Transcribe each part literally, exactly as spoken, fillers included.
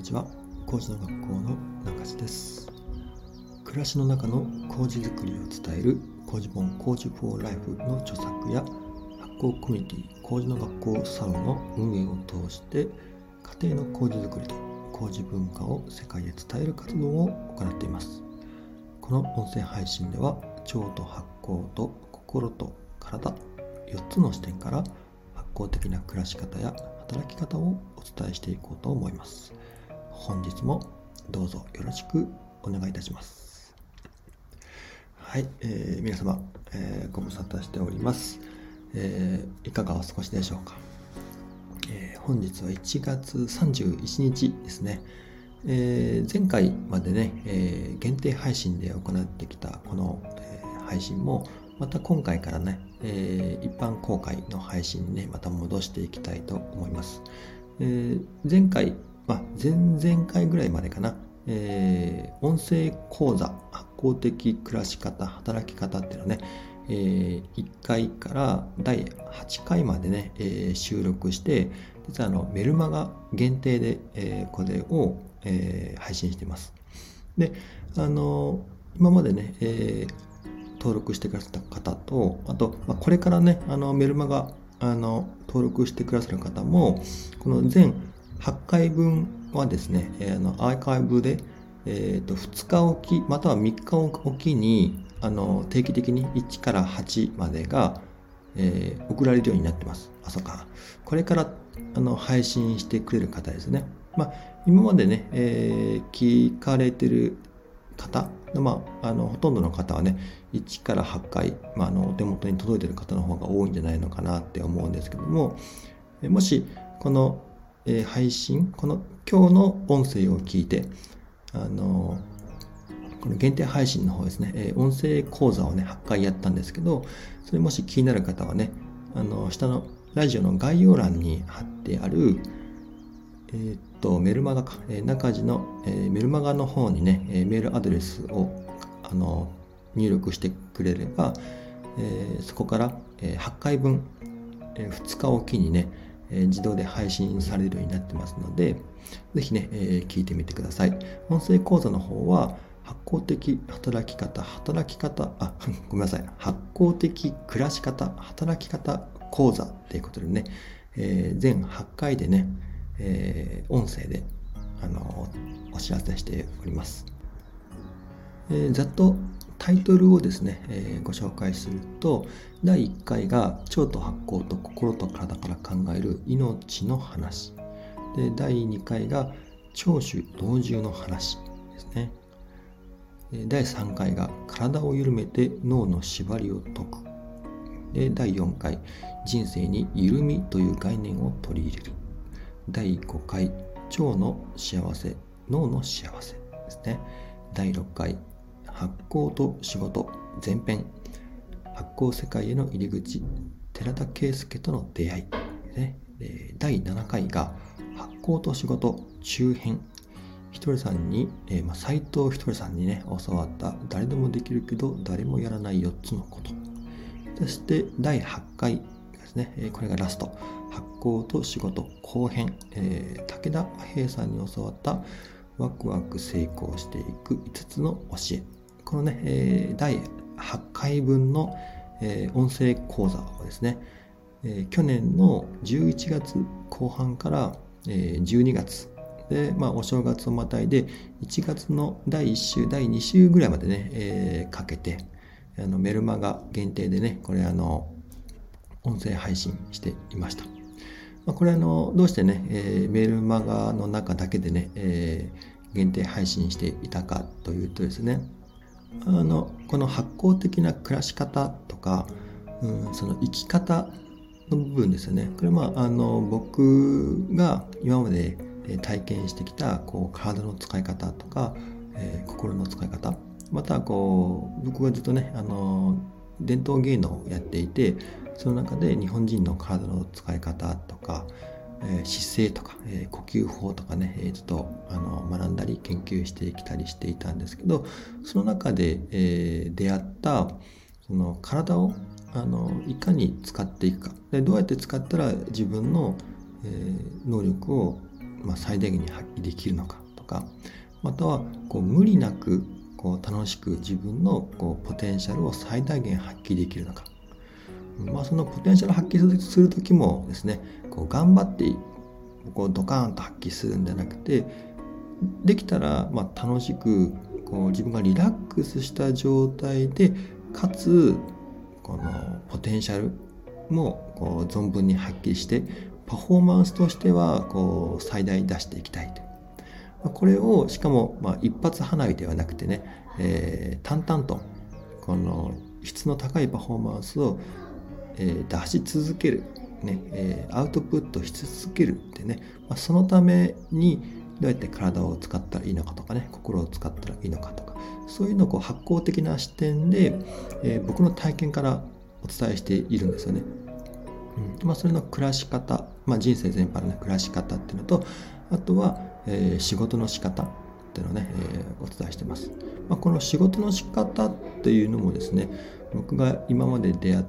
ちは。工事の学校の中地です。暮らしの中の工事づくりを伝える工事本工事フォーライフの著作や発行コミュニティ工事の学校サロンの運営を通して家庭の工事づくりと工事文化を世界へ伝える活動を行っています。この音声配信では腸と発行と心と体よっつの視点から発行的な暮らし方や働き方をお伝えしていこうと思います。本日もどうぞよろしくお願いいたします。はい、えー、皆様、えー、ご無沙汰しております、えー、いかがお過ごしでしょうか。えー、本日はいちがつさんじゅういちにちですね。えー、前回までね、えー、限定配信で行ってきたこの、えー、配信もまた今回からね、えー、一般公開の配信にねまた戻していきたいと思います。えー、前回まあ、前々回ぐらいまでかな、えー、音声講座発行的暮らし方働き方っていうのをね、えー、いっかいからだいはちかいまでね、えー、収録して実はあのメルマガ限定で、えー、これを、えー、配信しています。で、あの今までね、えー、登録してくださった方とあと、まあ、これからねあのメルマガあの登録してくださる方もこの全はちかいぶんはですね、えー、あのアーカイブで、えー、とふつかおきまたはみっかおきにあの定期的にいちからはちまでが、えー、送られるようになってます。あ、そうか。これからあの配信してくれる方ですね。まあ、今までね、えー、聞かれてる方、まあ、あのほとんどの方はねいちからはちかい、まあ、あのお手元に届いている方の方が多いんじゃないのかなって思うんですけども、もしこのえー、配信この今日の音声を聞いてあのこの限定配信の方ですね、えー、音声講座をねはちかいやったんですけど、それもし気になる方はねあの下のラジオの概要欄に貼ってあるえー、っとメルマガか、えー、中地の、えー、メルマガの方にね、えー、メールアドレスをあの入力してくれれば、えー、そこから、えー、はちかいぶん、えー、ふつかおきにねえー、自動で配信されるようになってますので、ぜひね、えー、聞いてみてください。音声講座の方は、発行的働き方、働き方、あ、ごめんなさい。発行的暮らし方、働き方講座ということでね、えー、全はちかいでね、えー、音声で、あのー、お知らせしております。えー、ざっとタイトルをですね、えー、ご紹介すると、だいいっかいが腸と発酵と心と体から考える命の話で、だいにかいが長寿老中の話ですね。だいさんかいが体を緩めて脳の縛りを解くで、だいよんかい人生に緩みという概念を取り入れる。だいごかい腸の幸せ脳の幸せですね。だいろっかい発酵と仕事前編発酵世界への入り口寺田圭介との出会い、ね、だいななかいが発酵と仕事中編ひとりさんに、えーまあ、斉藤ひとりさんにね教わった誰でもできるけど誰もやらないよっつのこと。そしてだいはちかいですね、えー、これがラスト発酵と仕事後編、えー、武田平さんに教わったワクワク成功していくいつつの教え。このね、えー、だいはちかいぶんの、えー、音声講座をですね、えー、去年のじゅういちがつこう半から、えー、じゅうにがつで、まあ、お正月をまたいでいちがつのだいいっしゅうだいにしゅうぐらいまでね、えー、かけてあのメルマガ限定でねこれあの音声配信していました。まあ、これあのどうしてね、えー、メールマガの中だけでね、えー、限定配信していたかというとですね、あのこの発酵的な暮らし方とか、うん、その生き方の部分ですよね。これまああの僕が今まで体験してきたこう体の使い方とか、えー、心の使い方、またこう僕がずっとねあの伝統芸能をやっていて、その中で日本人の体の使い方とか、えー、姿勢とか、えー、呼吸法とかね、えー、ちょっとあの学んだり研究してきたりしていたんですけど、その中で、えー、出会ったその体をあのいかに使っていくかで、どうやって使ったら自分の、えー、能力をまあ、最大限に発揮できるのかとか、またはこう無理なくこう楽しく自分のこうポテンシャルを最大限発揮できるのか、まあ、そのポテンシャルを発揮する時もですね、こう頑張ってこうドカーンと発揮するんじゃなくて、できたらまあ楽しくこう自分がリラックスした状態で、かつこのポテンシャルもこう存分に発揮して、パフォーマンスとしてはこう最大出していきたいと。これをしかもまあ一発花火ではなくてね、えー、淡々とこの質の高いパフォーマンスを、えー、出し続ける、ねえー、アウトプットし続けるってね、まあ、そのためにどうやって体を使ったらいいのかとかね、心を使ったらいいのかとか、そういうのをこう発酵的な視点で、えー、僕の体験からお伝えしているんですよね。うんまあ、それの暮らし方、まあ、人生全般の暮らし方っていうのと、あとは、えー、仕事の仕方っていうのをね、えー、お伝えしてます。まあ、この仕事の仕方っていうのもですね、僕が今まで出会った、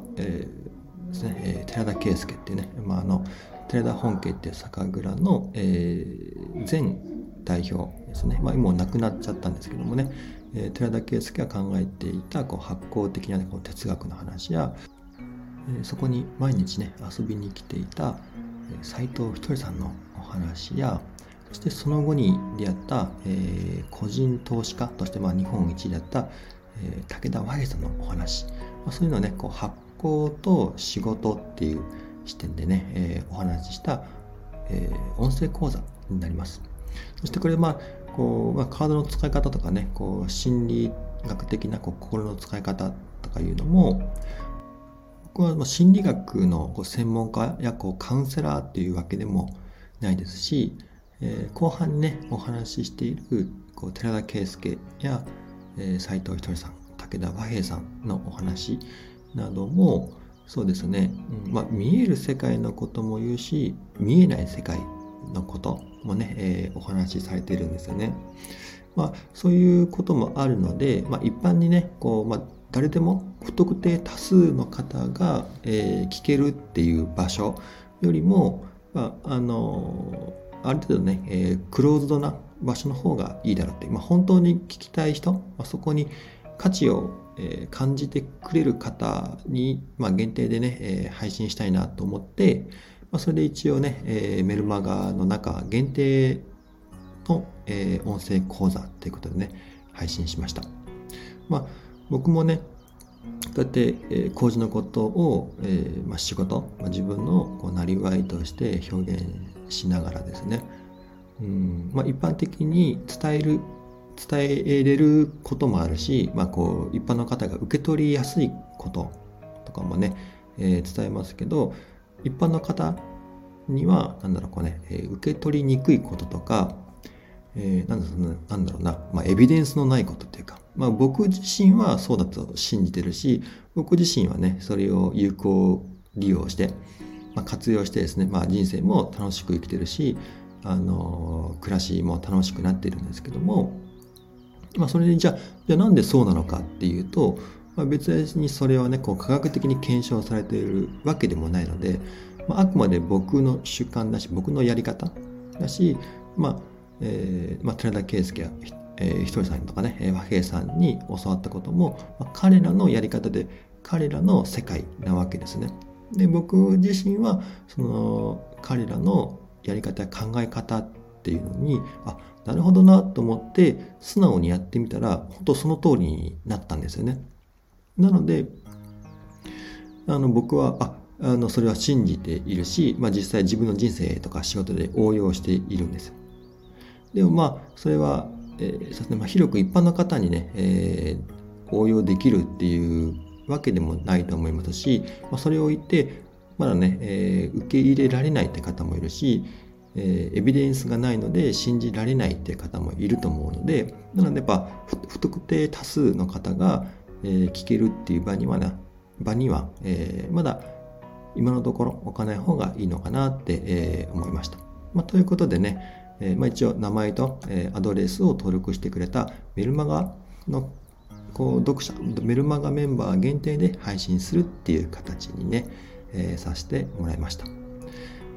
えーですねえー、寺田圭佑っていうね、まあ、あの寺田本家っていう酒蔵の、えー、前代表ですね、まあ、今も亡くなっちゃったんですけどもね、えー、寺田圭佑が考えていたこう発酵的な、ね、こう哲学の話や、えー、そこに毎日ね遊びに来ていた斉藤ひとりさんのお話や、そしてその後に出会った、えー、個人投資家としてまあ日本一だった、えー、武田和平さんのお話、まあ、そういうのをねこう発酵と仕事っていう視点でね、えー、お話しした、えー、音声講座になります。そしてこれまあこう、まあ、体の使い方とかね、こう心理学的なこう心の使い方とかいうのも、僕は心理学のこう専門家やこうカウンセラーっていうわけでもないですし、えー、後半にねお話ししているこう寺田圭佑や、えー、斉藤ひとりさん、武田和平さんのお話などもそうですね、うんまあ、見える世界のことも言うし、見えない世界のこともね、えー、お話しされているんですよね。まあ、そういうこともあるので、まあ、一般にねこう、まあ、誰でも不特定多数の方が、えー、聞けるっていう場所よりも、まあ、あのある程度ね、えー、クローズドな場所の方がいいだろうって、まあ、本当に聞きたい人、まあ、そこに価値を、えー、感じてくれる方に、まあ、限定でね、えー、配信したいなと思って、まあ、それで一応ね、えー、メルマガの中限定の、えー、音声講座ということでね配信しました。まあ僕もねこうやって、えー、工事のことを、えーまあ、仕事、まあ、自分のこうなりわいとして表現しながらですね、うんまあ、一般的に伝える伝えれることもあるし、まあ、こう一般の方が受け取りやすいこととかもね、えー、伝えますけど、一般の方にはなんだろうこうね、えー、受け取りにくいこととか、えー、なんだろうな、なんだろうな、まあ、エビデンスのないことっていうか、まあ、僕自身はそうだと信じてるし、僕自身はねそれを有効利用して、まあ、活用してですね、まあ、人生も楽しく生きてるし、あのー、暮らしも楽しくなっているんですけども、まあ、それでじゃあ、じゃあなんでそうなのかっていうと、まあ、別にそれはねこう科学的に検証されているわけでもないので、まあ、あくまで僕の主観だし僕のやり方だし、まあえーまあ、寺田圭佑や、えー、ひとりさんとかね和平さんに教わったことも、まあ、彼らのやり方で彼らの世界なわけですね。で僕自身はその彼らのやり方や考え方っていうのにあなるほどなと思って素直にやってみたら本当その通りになったんですよね。なのであの僕はああのそれは信じているし、まあ、実際自分の人生とか仕事で応用しているんです。でもまあそれは、えーそうですねまあ、広く一般の方にね、えー、応用できるっていうわけでもないと思いますし、まあ、それを言ってまだね、えー、受け入れられないって方もいるし、えー、エビデンスがないので信じられないって方もいると思うので、なのでやっぱ不特定多数の方が、えー、聞けるっていう場にはな場には、えー、まだ今のところ置かない方がいいのかなって、えー、思いました。まあ、ということでね、えーまあ、一応名前と、えー、アドレスを登録してくれたメルマガのこう読者メルマガメンバー限定で配信するっていう形にね、えー、させてもらいました。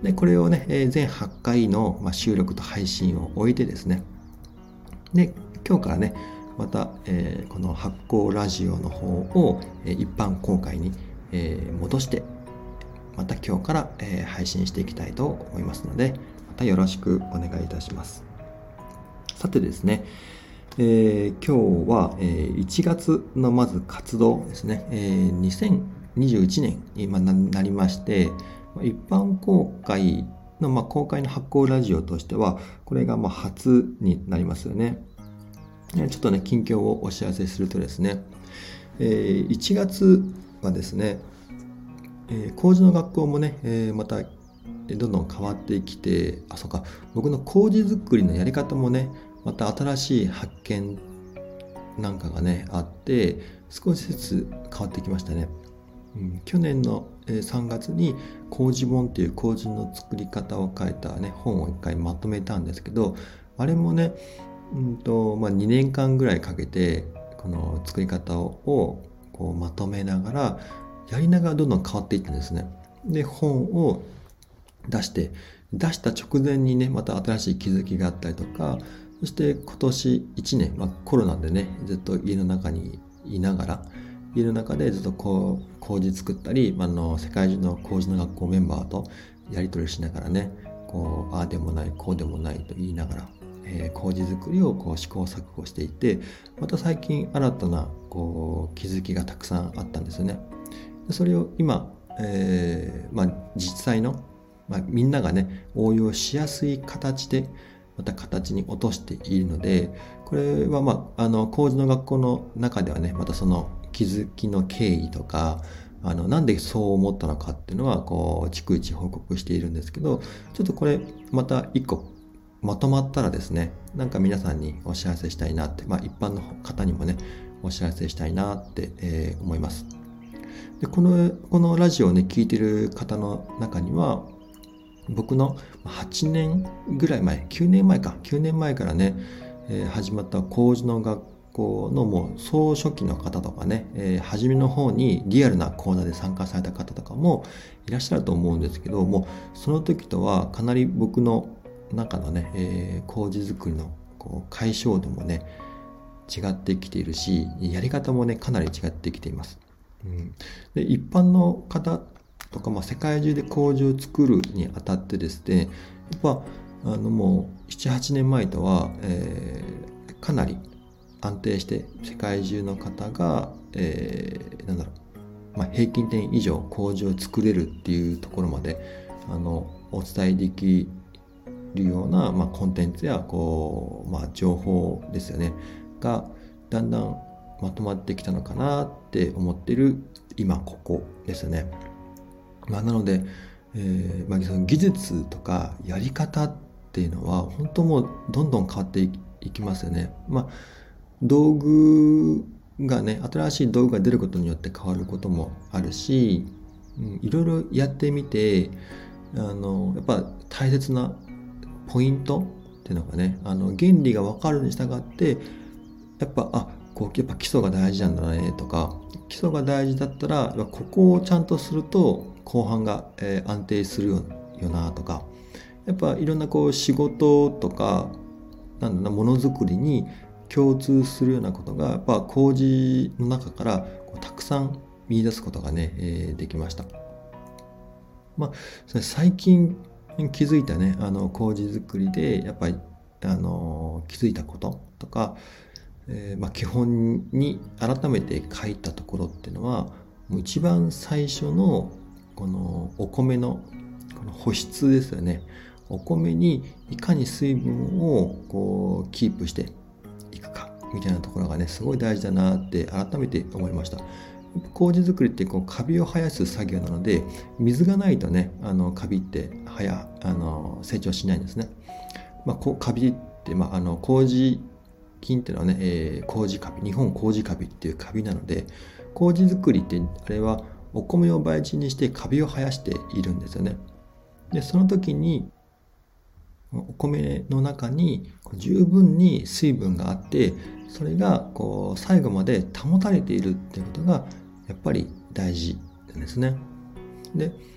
でこれをね、えー、全はちかいの、まあ、収録と配信を終えてですね、で今日からねまた、えー、この発酵ラジオの方を、えー、一般公開に、えー、戻してまた今日から、えー、配信していきたいと思いますので、またよろしくお願いいたします。さてですね、えー、今日は、えー、いちがつのまず活動ですね、えー、にせんにじゅういちねんに今なりまして、一般公開の、まあ、公開の発酵ラジオとしてはこれがまあ初になりますよね。ちょっとね近況をお知らせするとですね、えー、いちがつはですね、えー、麹の学校もね、えー、またどんどん変わってきて、あそうか僕の麹作りのやり方もねまた新しい発見なんかがねあって少しずつ変わってきましたね。うん、去年のさんがつに麹本っていう麹の作り方を書いたね本を一回まとめたんですけど、あれもね、うんとまあ、にねんかんぐらいかけてこの作り方をこうまとめながらやりながらどんどん変わっていったんですね。で本を出して出した直前にねまた新しい気づきがあったりとか、そして今年いちねん、まあ、コロナでねずっと家の中にいながら家の中でずっとこう麹作ったり、あの世界中の麹の学校メンバーとやり取りしながらねこうああでもないこうでもないと言いながら、えー、麹作りをこう試行錯誤していて、また最近新たなこう気づきがたくさんあったんですよね。それを今、えーまあ、実際の、まあ、みんながね応用しやすい形でまた形に落としているので、これはまああの麹の学校の中ではねまたその気づきの経緯とかあのなんでそう思ったのかっていうのはこう逐一報告しているんですけど、ちょっとこれまた一個まとまったらですねなんか皆さんにお知らせしたいなって、まあ、一般の方にもねお知らせしたいなって、えー、思います。でこのこのラジオをね聞いてる方の中には僕のはちねんぐらい前きゅうねんまえかきゅうねんまえからね、えー、始まった麹の学校のもう総書記の方とかね、えー、初めの方にリアルな講座で参加された方とかもいらっしゃると思うんですけども、その時とはかなり僕の中のね、えー、麹作りのこう解消度もね違ってきているし、やり方もねかなり違ってきています。うん、で一般の方とか、まあ、世界中で麹を作るにあたってですね、やっぱあのもうななはちねんまえとは、えー、かなり安定して世界中の方が、えー、なんだろう、まあ、平均点以上麹を作れるっていうところまであのお伝えできるような、まあ、コンテンツやこう、まあ、情報ですよねがだんだんまとまってきたのかなって思ってる今ここですね。まあ、なので、えーまあ、その技術とかやり方っていうのは本当もうどんどん変わっていきますよね。まあ、道具がね新しい道具が出ることによって変わることもあるし、うん、いろいろやってみてあのやっぱ大切なポイントっていうのがねあの原理が分かるに従ってやっぱあこうやっぱ基礎が大事なんだねとか、基礎が大事だったらここをちゃんとすると後半が、えー、安定するよなとか、やっぱいろんなこう仕事とかなんだなものづくりに共通するようなことがやっぱ麹の中からこうたくさん見出すことがね、えー、できました。まあそれ最近気づいたねあの麹作りでやっぱりあの気づいたこととか、えーまあ、基本に改めて書いたところっていうのはもう一番最初のこのお米のこの保湿ですよね。お米にいかに水分をこうキープしていくかみたいなところがねすごい大事だなって改めて思いました。麹作りってこうカビを生やす作業なので水がないとねあのカビってはやあの成長しないんですね。まあ、こカビって、まあ、あの麹菌っていうのはね、えー、麹カビ日本麹カビっていうカビなので、麹作りってあれはお米を培地にしてカビを生やしているんですよね。でその時にお米の中に十分に水分があってそれがこう最後まで保たれているっていうことがやっぱり大事なんですね。で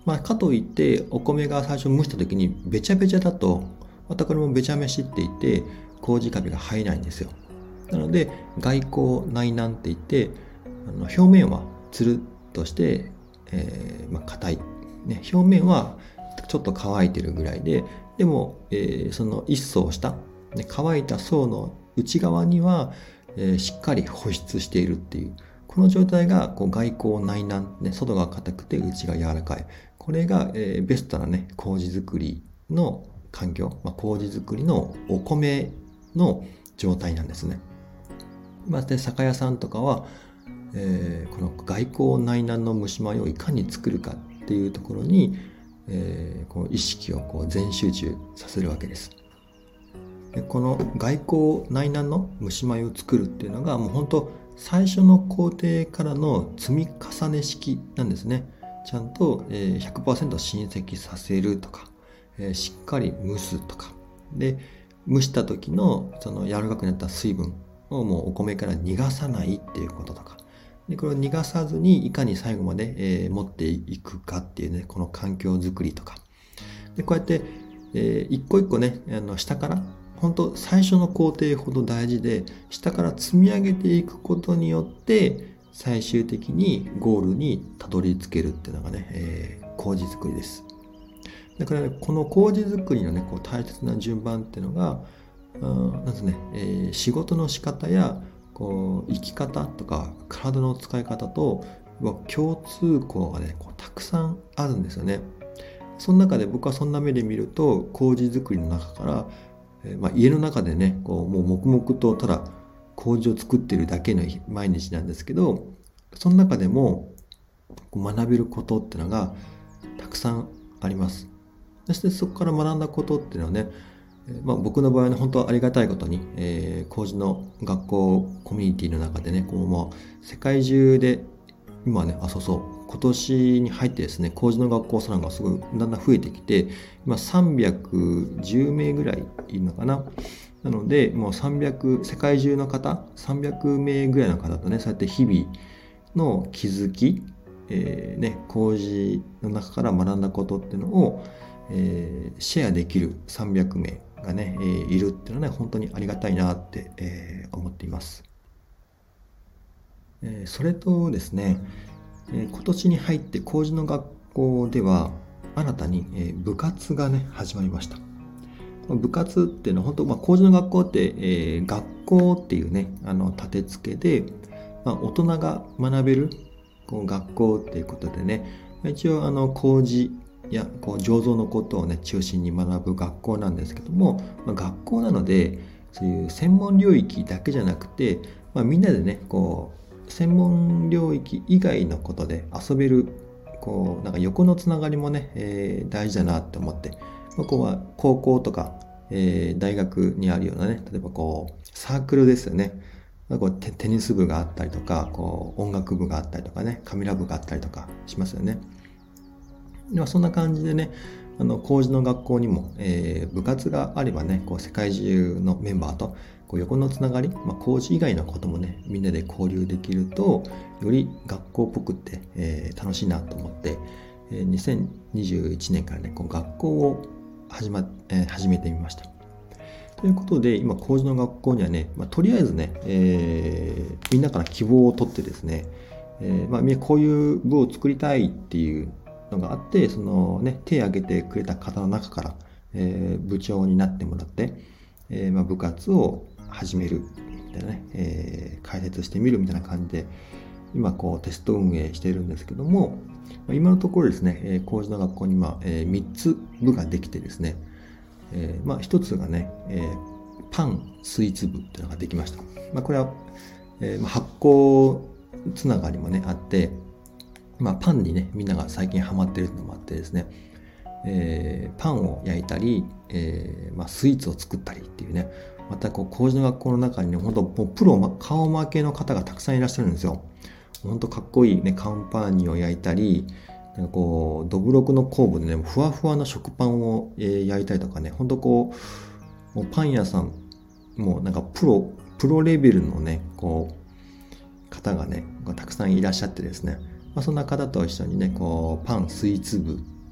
まあ、かといってお米が最初蒸した時にべちゃべちゃだと、またこれもべちゃ飯って言って麹カビが生えないんですよ。なので外硬内軟って言って、あの表面はつるっとして、えーまあ、硬い、ね、表面はちょっと乾いてるぐらいで、でも、えー、その一層した、ね、乾いた層の内側には、えー、しっかり保湿しているっていう、この状態がこう外硬内軟、ね、外が硬くて内が柔らかい、これが、えー、ベストなね麹作りの環境、まあ、麹作りのお米の状態なんですね。まあ、で酒屋さんとかは、えー、この外交内軟の蒸し米をいかに作るかっていうところに、えー、こう意識をこう全集中させるわけです。でこの外交内軟の蒸し米を作るっていうのがもう本当最初の工程からの積み重ね式なんですね。ちゃんと ひゃくパーセント 浸積させるとか、しっかり蒸すとかで、蒸した時のその柔らかくなった水分をもうお米から逃がさないっていうこととかで、これを逃がさずにいかに最後まで、えー、持っていくかっていうね、この環境づくりとかで、こうやって、えー、一個一個ね、あの下から本当最初の工程ほど大事で、下から積み上げていくことによって最終的にゴールにたどり着けるっていうのがね、えー、麹作りです。だから、ね、この麹作りのねこう大切な順番っていうのが、なんですね、えー、仕事の仕方やこう生き方とか体の使い方と共通項がねこうたくさんあるんですよね。その中で僕はそんな目で見ると、麹作りの中から、えーまあ、家の中でねこうもう黙々とただ麹を作っているだけの毎日なんですけど、その中でも学べることっていうのがたくさんあります。そしてそこから学んだことっていうのはね、まあ、僕の場合は本当ありがたいことに、えー、麹の学校コミュニティの中でね、こうもう世界中で今ね、あ、そうそう、今年に入ってですね、麹の学校さんがすごいだんだん増えてきて、今さんびゃくじゅうめいぐらいいるのかな。なので、もうさんびゃく、世界中の方、さんびゃくめいぐらいの方とね、そうやって日々の気づき、えー、ね、麹の中から学んだことっていうのを、えー、シェアできるさんびゃくめいがね、えー、いるっていうのはね、本当にありがたいなって、えー、思っています。えー、それとですね、えー、今年に入って麹の学校では新たに、えー、部活がね始まりました。部活っていうのは本当、まあ、麹の学校って、えー、学校っていうねあの立て付けで、まあ、大人が学べるこう学校っていうことでね、一応あの麹やこう醸造のことをね中心に学ぶ学校なんですけども、まあ、学校なのでそういう専門領域だけじゃなくて、まあ、みんなでねこう専門領域以外のことで遊べるこうなんか横のつながりもね、えー、大事だなって思って、まあ、ここは高校とか、えー、大学にあるようなね、例えばこうサークルですよね。こう テ, テニス部があったりとか、こう音楽部があったりとかね、カメラ部があったりとかしますよね。ではそんな感じでね、あの麹の学校にも、えー、部活があればね、こう世界中のメンバーとこう横のつながり、まあ、麹以外のこともね、みんなで交流できると、より学校っぽくって、えー、楽しいなと思って、えー、にせんにじゅういちねんからね、こう学校を始,、まえー、始めてみました。ということで、今、麹の学校にはね、まあ、とりあえずね、えー、みんなから希望を取ってですね、えーまあ、みんなこういう部を作りたいっていうのがあって、そのね、手を挙げてくれた方の中から、えー、部長になってもらって、えーまあ、部活を始めるみたいなね、えー、開設してみるみたいな感じで、今こうテスト運営しているんですけども、今のところですね、えー、麹の学校に今、えー、みっつ部ができてですね、えー、まあ一つがね、えー、パンスイーツ部っていうのができました。まあ、これは、えー、発酵つながりもねあって、まあ、パンにねみんなが最近ハマってるのもあってですね、えー、パンを焼いたり、えーまあ、スイーツを作ったりっていうね、またこう麹の学校の中にね、本当もうプロ顔負けの方がたくさんいらっしゃるんですよ。本当かっこいいねカンパーニュを焼いたり、なんかこうどぶろくの酵母でねふわふわな食パンを、えー、焼いたりとかね、本当こうもうパン屋さんもうなんかプロプロレベルのねこう方がねたくさんいらっしゃってですね、まあ、そんな方と一緒にねこうパンスイーツ部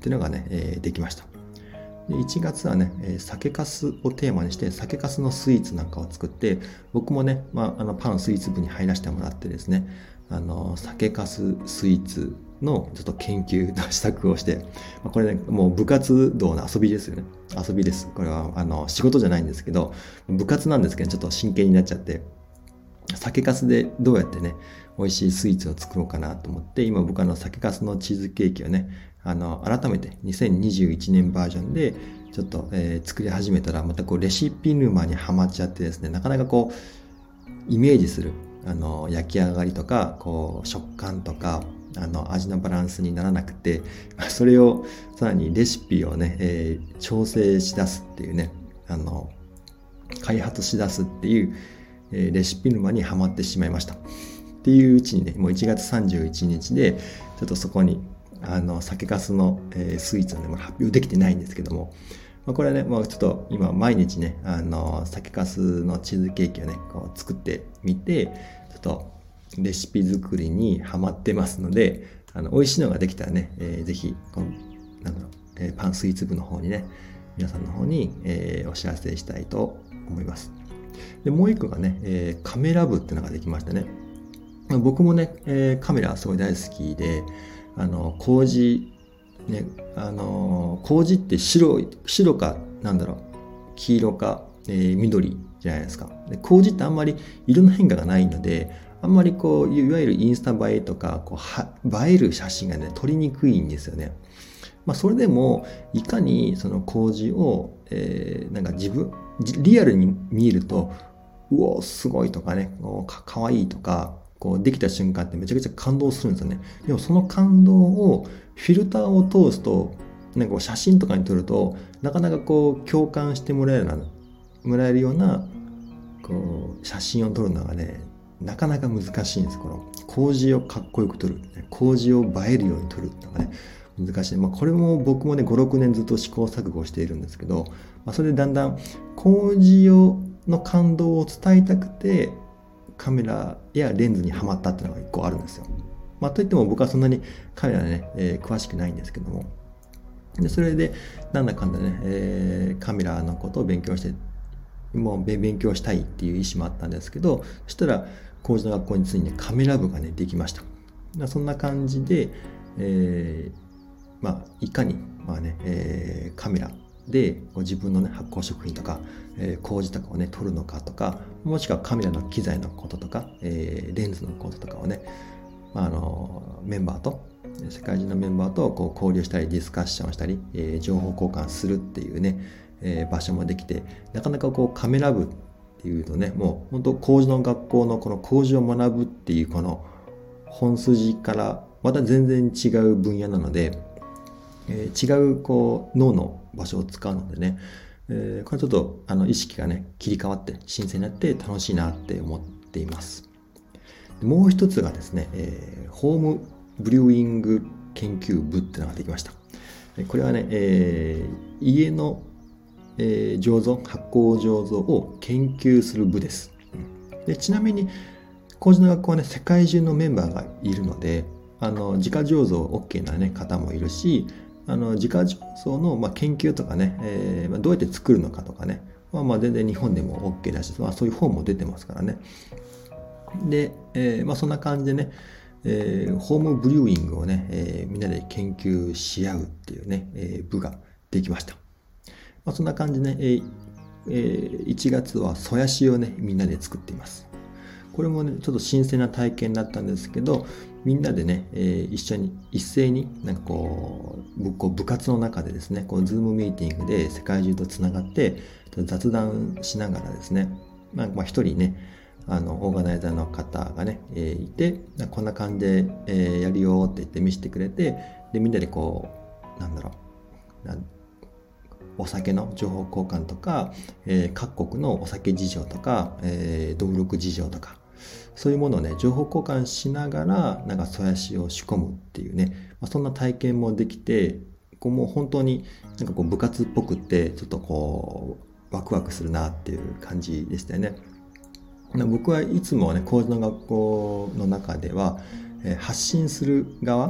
っていうのがね、えー、できました。でいちがつはね、えー、酒粕をテーマにして酒粕のスイーツなんかを作って、僕もね、まあ、あのパンスイーツ部に入らせてもらってですね、あの酒粕スイーツのちょっと研究の施策をして、まあ、これねもう部活動の遊びですよね。遊びです。これはあの仕事じゃないんですけど、部活なんですけどちょっと真剣になっちゃって、酒粕でどうやってね美味しいスイーツを作ろうかなと思って、今僕あの酒粕のチーズケーキをねあの改めてにせんにじゅういちねんバージョンでちょっと、えー、作り始めたら、またこうレシピ沼にはまっちゃってですね、なかなかこうイメージするあの焼き上がりとかこう食感とかあの味のバランスにならなくて、それをさらにレシピをね、えー、調整しだすっていうね、あの開発しだすっていう、えー、レシピ沼にはまってしまいましたっていううちにね、もういちがつさんじゅういちにちでちょっとそこにあの酒粕の、えー、スイーツをね、まあ、発表できてないんですけども、まあ、これはね、もうちょっと今毎日ねあの酒粕のチーズケーキをねこう作ってみて、ちょっとレシピ作りにハマってますので、あの美味しいのができたらね、えー、ぜひこのなんだろう、えー、パンスイーツ部の方にね皆さんの方に、えー、お知らせしたいと思います。でもう一個がね、えー、カメラ部っていうのができましたね。僕もね、えー、カメラすごい大好きで、あの麹ね、あの麹って白い白かなんだろう黄色か、えー、緑じゃないですか。で麹ってあんまり色の変化がないので、あんまりこういわゆるインスタ映えとかこうは映える写真がね撮りにくいんですよね。まあ、それでもいかにその麹を、えー、なんか自分リアルに見るとうおすごいとかねか, かわいいとかこうできた瞬間ってめちゃくちゃ感動するんですよね。でもその感動をフィルターを通すとなんかこう写真とかに撮るとなかなかこう共感してもらえるなもらえるようなこう写真を撮るのがねなかなか難しいんです。この麹をかっこよく撮る、麹を映えるように撮るっていうのがね難しい。まあ、これも僕もねごろくねんずっと試行錯誤しているんですけど、まあ、それでだんだん麹をの感動を伝えたくてカメラやレンズにはまったっていうのが一個あるんですよ。まあ、といっても僕はそんなにカメラね、えー、詳しくないんですけども、でそれでなんだかんだね、えー、カメラのことを勉強してもう勉強したいっていう意思もあったんですけど、そしたら麹の学校についに、ね、カメラ部がねできました。そんな感じで、えー、まあいかにまあね、えー、カメラで自分のね発酵食品とか、えー、麹とかをね撮るのかとか、もしくはカメラの機材のこととか、えー、レンズのこととかをね、まあ、あのメンバーと世界中のメンバーとこう交流したりディスカッションしたり、えー、情報交換するっていうね、えー、場所もできて、なかなかこうカメラ部っていうとね、もう本当麹の学校のこの麹を学ぶっていうこの本筋からまた全然違う分野なので、えー、違うこう脳の場所を使うのでね、えー、これちょっとあの意識がね切り替わって新鮮になって楽しいなって思っています。もう一つがですね、えー、ホームブリューイング研究部っていうのができました。これはね、えー、家の、えー、醸造発酵醸造を研究する部です。でちなみに麹の学校はね世界中のメンバーがいるので、あの自家醸造 OK な、ね、方もいるし、あの自家醸造の、まあ、研究とかね、えー、どうやって作るのかとかね、まあ、まあ全然日本でも OK だし、まあ、そういう本も出てますからね。で、えーまあ、そんな感じでね、えー、ホームブリューイングをね、えー、みんなで研究し合うっていうね、えー、部ができました。まあ、そんな感じでね、えーえー、いちがつはソヤシをねみんなで作っています。これもねちょっと新鮮な体験だったんですけど、みんなでね、えー、一緒に一斉になんかこう部、部活の中でですね、こうズームミーティングで世界中とつながって雑談しながらですね、まあ、まあ一人ねあのオーガナイザーの方がね、えー、いて、こんな感じで、えー、やるよって言って見せてくれて、でみんなでこうなんだろうなんお酒の情報交換とか、えー、各国のお酒事情とか、えー、道録事情とか、そういうものをね情報交換しながらなんかソヤシを仕込むっていうね、まあ、そんな体験もできて、こうもう本当になんかこう部活っぽくってちょっとこうワクワクするなっていう感じでしたよね。僕はいつもね麹の学校の中では、えー、発信する側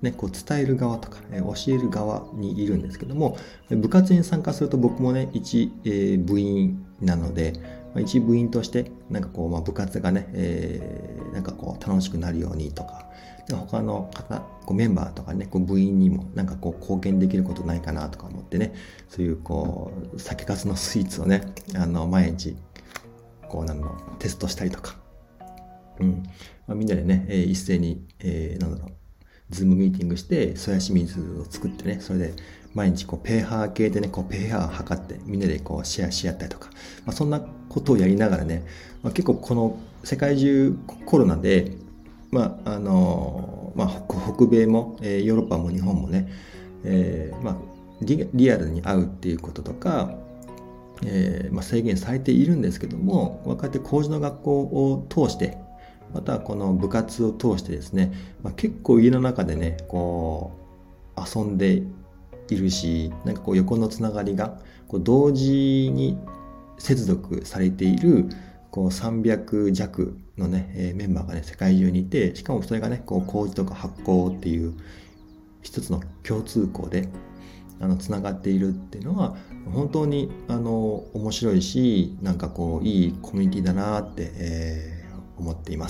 ね、こう伝える側とか、えー、教える側にいるんですけども、部活に参加すると僕もね一、えー、部員なので、まあ、一部員としてなんかこう、まあ、部活がね、えー、なんかこう楽しくなるようにとか、他の方こうメンバーとかねこう部員にもなんかこう貢献できることないかなとか思ってね、そういうこう酒粕のスイーツをねあの毎日こうなんのテストしたりとか、うんまあ、みんなでね、えー、一斉に、えー、なんだろうズームミーティングしてソヤシ水を作ってね、それで毎日こうペーハー系でねこうペーハーを測ってみんなでこうシェアし合ったりとか、まあ、そんなことをやりながらね、まあ、結構この世界中コロナでまああのまあ、北米も、えー、ヨーロッパも日本もね、えーまあ、リ, リアルに会うっていうこととか、えーまあ、制限されているんですけども、こうやって工事の学校を通してまたこの部活を通してですね、まあ、結構家の中でねこう遊んでいるし、なんかこう横のつながりがこう同時に接続されているこうさんびゃく弱のね、えー、メンバーがね世界中にいて、しかもそれがねこう工事とか発行っていう一つの共通項であのつながっているっていうのは本当にあの面白いし、なんかこういいコミュニティだなって、えー、思っています。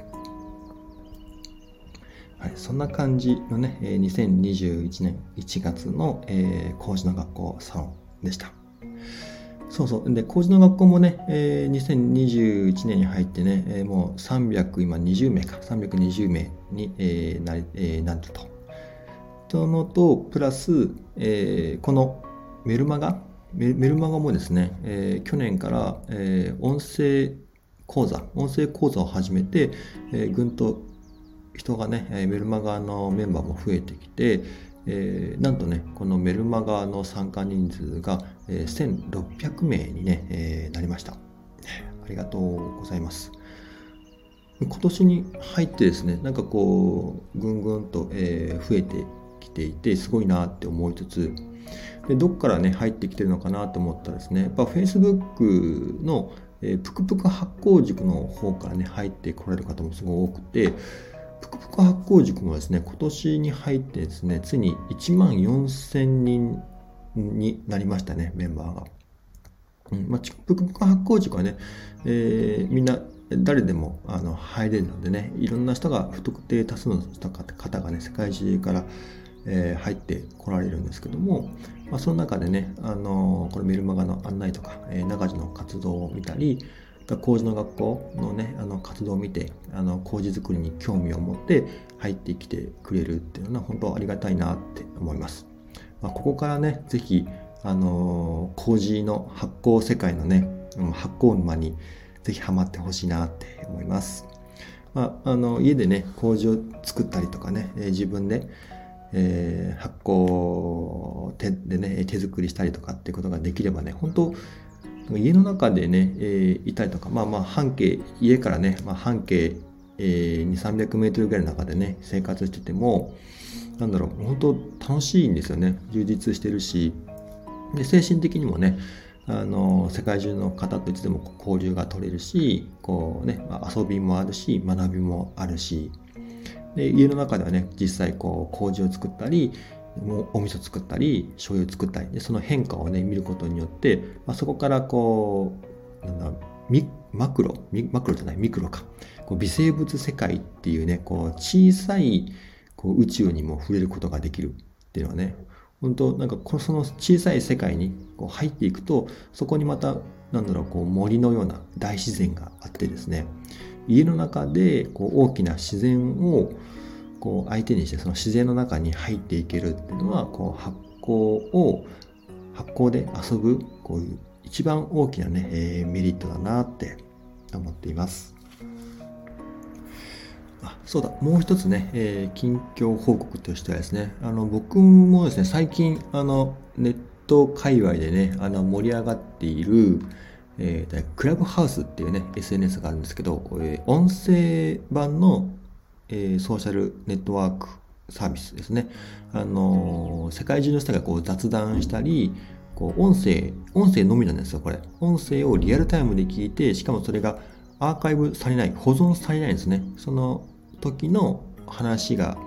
はい、そんな感じのねにせんにじゅういちねんいちがつの、えー、工事の学校サロンでした。そうそうで工事の学校もね、えー、にせんにじゅういちねんに入ってね、えー、もうさんびゃく今にじゅうめいかさんびゃくにじゅうめいに、えー、なり、えー、なるととのとプラス、えー、このメルマガメ, メルマガもですね、えー、去年から、えー、音声講座音声講座を始めて、えー、ぐんと人がねメルマガのメンバーも増えてきて、えー、なんとねこのメルマガの参加人数が、えー、せんろっぴゃくめいにね、えー、なりました。ありがとうございます。今年に入ってですねなんかこうぐんぐんと、えー、増えてきていてすごいなって思いつつ、でどっからね入ってきてるのかなと思ったらですね、やっぱ Facebook の、えー、ぷくぷく発酵塾の方からね入ってこられる方もすごい多くて、ぷくぷく発酵塾もですね今年に入ってですねついにいちまんよんせんにんになりましたね、メンバーが。うんまあ、ぷくぷく発酵塾はね、えー、みんな誰でもあの入れるのでね、いろんな人が不特定多数の方がね世界中から、えー、入ってこられるんですけども、まあ、その中でね、あのー、これメルマガの案内とか、えー、中地の活動を見たり、工事の学校のねあの活動を見てあの工事作りに興味を持って入ってきてくれるっていうのは本当ありがたいなって思います。まあ、ここからねぜひあのー、工事の発酵世界のね発酵沼にぜひハマってほしいなって思います。まあ、あの家でね工事を作ったりとかね、えー、自分で、えー、発酵手でね手作りしたりとかっていうことができればね、本当家の中でね、えー、いたりとか、まあまあ半径家からね、まあ、半径、えー、にひゃく、さんびゃくメートルぐらいの中でね生活しててもなんだろう本当楽しいんですよね。充実してるし、で精神的にもねあの世界中の方といつでも交流が取れるし、こうね、まあ、遊びもあるし学びもあるし、で家の中ではね実際こう麹を作ったりお味噌作ったり醤油作ったりで、その変化をね見ることによって、まあ、そこからこうなんだミマクロマクロじゃないミクロかこう微生物世界っていうねこう小さいこう宇宙にも触れることができるっていうのはね、本当なんかこのその小さい世界にこう入っていくと、そこにまたなんだろうこう森のような大自然があってですね、家の中でこう大きな自然をこう相手にしてその自然の中に入っていけるっていうのはこう発酵を発酵で遊ぶこういう一番大きなね、えー、メリットだなって思っています。あ、そうだ、もう一つね、えー、近況報告としてはですね、あの僕もですね最近あのネット界隈でねあの盛り上がっている、えー、クラブハウスっていうね エスエヌエス があるんですけど、えー、音声版の、えー、ソーシャルネットワークサービスですね。あのー、世界中の人がこう雑談したり、こう音声音声のみなんですよ。これ音声をリアルタイムで聞いて、しかもそれがアーカイブされない、保存されないんですね。その時の話が、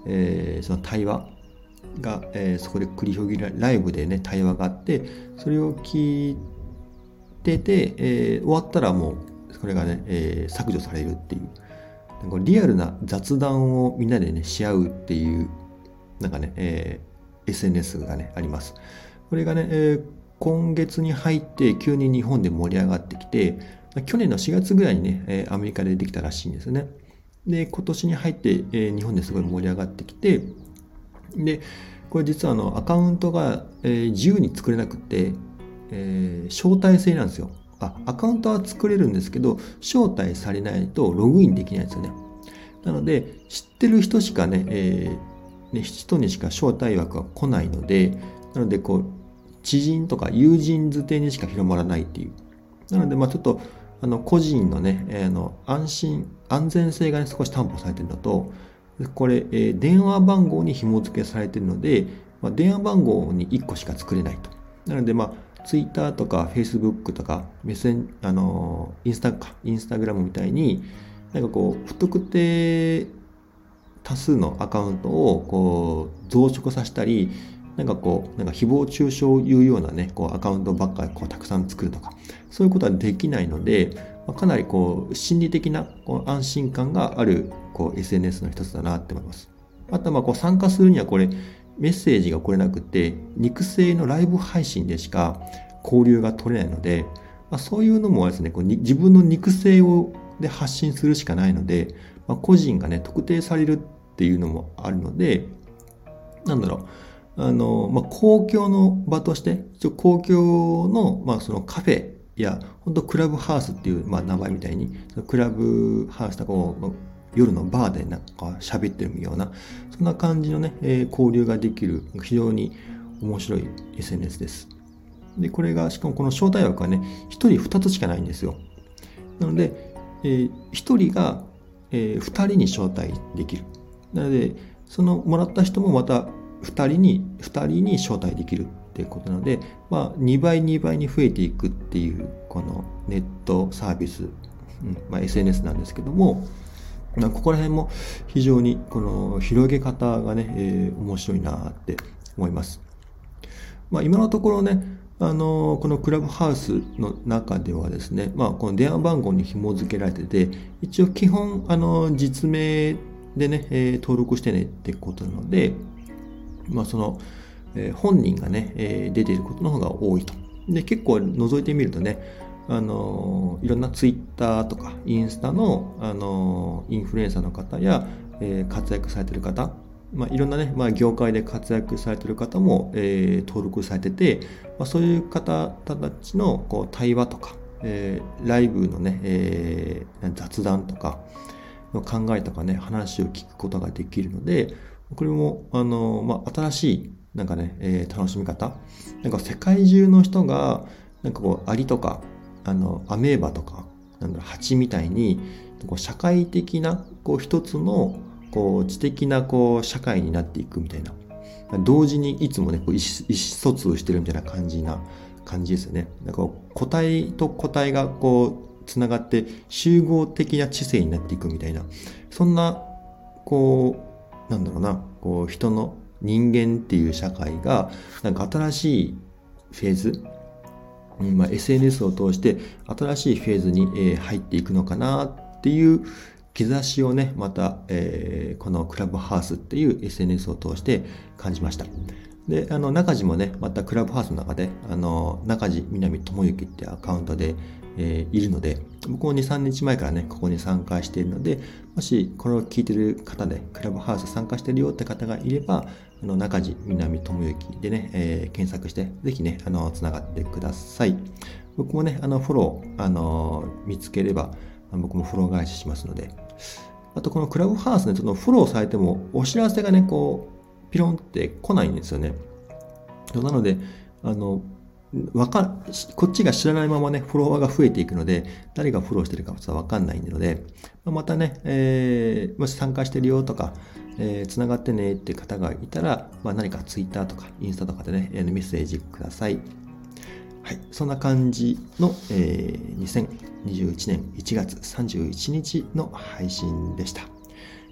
えー、その対話が、えー、そこで繰り広げられライブでね対話があって、それを聞いてて、えー、終わったらもうこれがね、えー、削除されるっていう、なんかリアルな雑談をみんなでねし合うっていうなんかね、えー、エスエヌエス がねあります。これがね、えー、今月に入って急に日本で盛り上がってきて、去年のしがつぐらいにね、えー、アメリカでできたらしいんですよね。で今年に入って、えー、日本ですごい盛り上がってきて、でこれ実はあのアカウントが、えー、自由に作れなくて、えー、招待制なんですよ。あ、アカウントは作れるんですけど、招待されないとログインできないんですよね。なので、知ってる人しかね、えー、ね人にしか招待枠が来ないので、なので、こう、知人とか友人づてにしか広まらないっていう。なので、まあちょっと、あの、個人のね、えー、あの、安心、安全性がね、少し担保されているのと、これ、えー、電話番号に紐付けされているので、まあ、電話番号にいっこしか作れないと。なので、まあ、ツイッターとかフェイスブックとかメッセンあのインスタかインスタグラムみたいになんかこう不特定多数のアカウントをこう増殖させたり、なんかこうなんか誹謗中傷を言うようなねこうアカウントばっかりこうたくさん作るとか、そういうことはできないので、まあ、かなりこう心理的なこう安心感があるこう エスエヌエス の一つだなって思います。あとはまあこう参加するにはこれメッセージが来れなくて、肉声のライブ配信でしか交流が取れないので、まあ、そういうのもですね、こうに自分の肉声をで発信するしかないので、まあ、個人がね、特定されるっていうのもあるので、なんだろう、あの、まあ、公共の場として、一応公共の、まあ、そのカフェや、本当クラブハウスっていう、まあ、名前みたいに、クラブハウスとかを、夜のバーでなんか喋ってるような、そんな感じのね、えー、交流ができる非常に面白い エスエヌエス です。で、これが、しかもこの招待枠はね、ひとりふたつしかないんですよ。なので、えー、ひとりが、えー、ふたりに招待できる。なので、そのもらった人もまたふたりに、ふたりに招待できるっていうことなので、まあ、にばいにばいに増えていくっていう、このネットサービス、うんまあ、エスエヌエス なんですけども、ここら辺も非常にこの広げ方がね、えー、面白いなって思います。まあ、今のところね、あのこのクラブハウスの中ではですね、まあ、この電話番号に紐付けられてて、一応基本あの実名でね、えー、登録してねってことなので、まあ、その、えー、本人がね、えー、出ていることの方が多いと。で、結構覗いてみるとね、あのいろんなツイッターとかインスタの、あのインフルエンサーの方や、えー、活躍されている方、まあ、いろんなね、まあ、業界で活躍されている方も、えー、登録されてて、まあ、そういう方たちのこう対話とか、えー、ライブのね、えー、雑談とかの考えとかね、話を聞くことができるので、これも、あのまあ、新しいなんかね、えー、楽しみ方、なんか世界中の人がなんかこうアリとかあのアメーバとかなんだろう蜂みたいにこう社会的なこう一つのこう知的なこう社会になっていくみたいな、同時にいつもねこう意思、意思疎通してるみたいな感じな感じですよね。なんか個体と個体がこうつながって集合的な知性になっていくみたいな、そんなこうなんだろうなこう人の人間っていう社会がなんか新しいフェーズ、うんまあ、エスエヌエス を通して新しいフェーズに、えー、入っていくのかなっていう兆しをねまた、えー、このクラブハウスっていう エスエヌエス を通して感じました。で、あの中地もねまたクラブハウスの中であの中地南智之ってアカウントで、えー、いるので、僕もに、さんにちまえからねここに参加しているので、もしこれを聞いてる方でクラブハウス参加してるよって方がいれば、あの中地南智之でね、えー、検索してぜひねあのつながってください。僕もねあのフォローあの見つければ僕もフォロー返ししますので、あとこのクラブハウスね、ちょっとフォローされてもお知らせがねこうピロンって来ないんですよね。なのであのわかこっちが知らないままねフォロワーが増えていくので、誰がフォローしてるかは分かんないので、またね、えー、もし参加してるよとかえー、つながってねって方がいたら、まあ、何かツイッターとかインスタとかでねメッセージください。はい、そんな感じの、えー、にせんにじゅういちねんいちがつさんじゅういちにちの配信でした。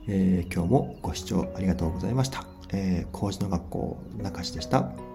えー、今日もご視聴ありがとうございました。えー、工事の学校中志でした。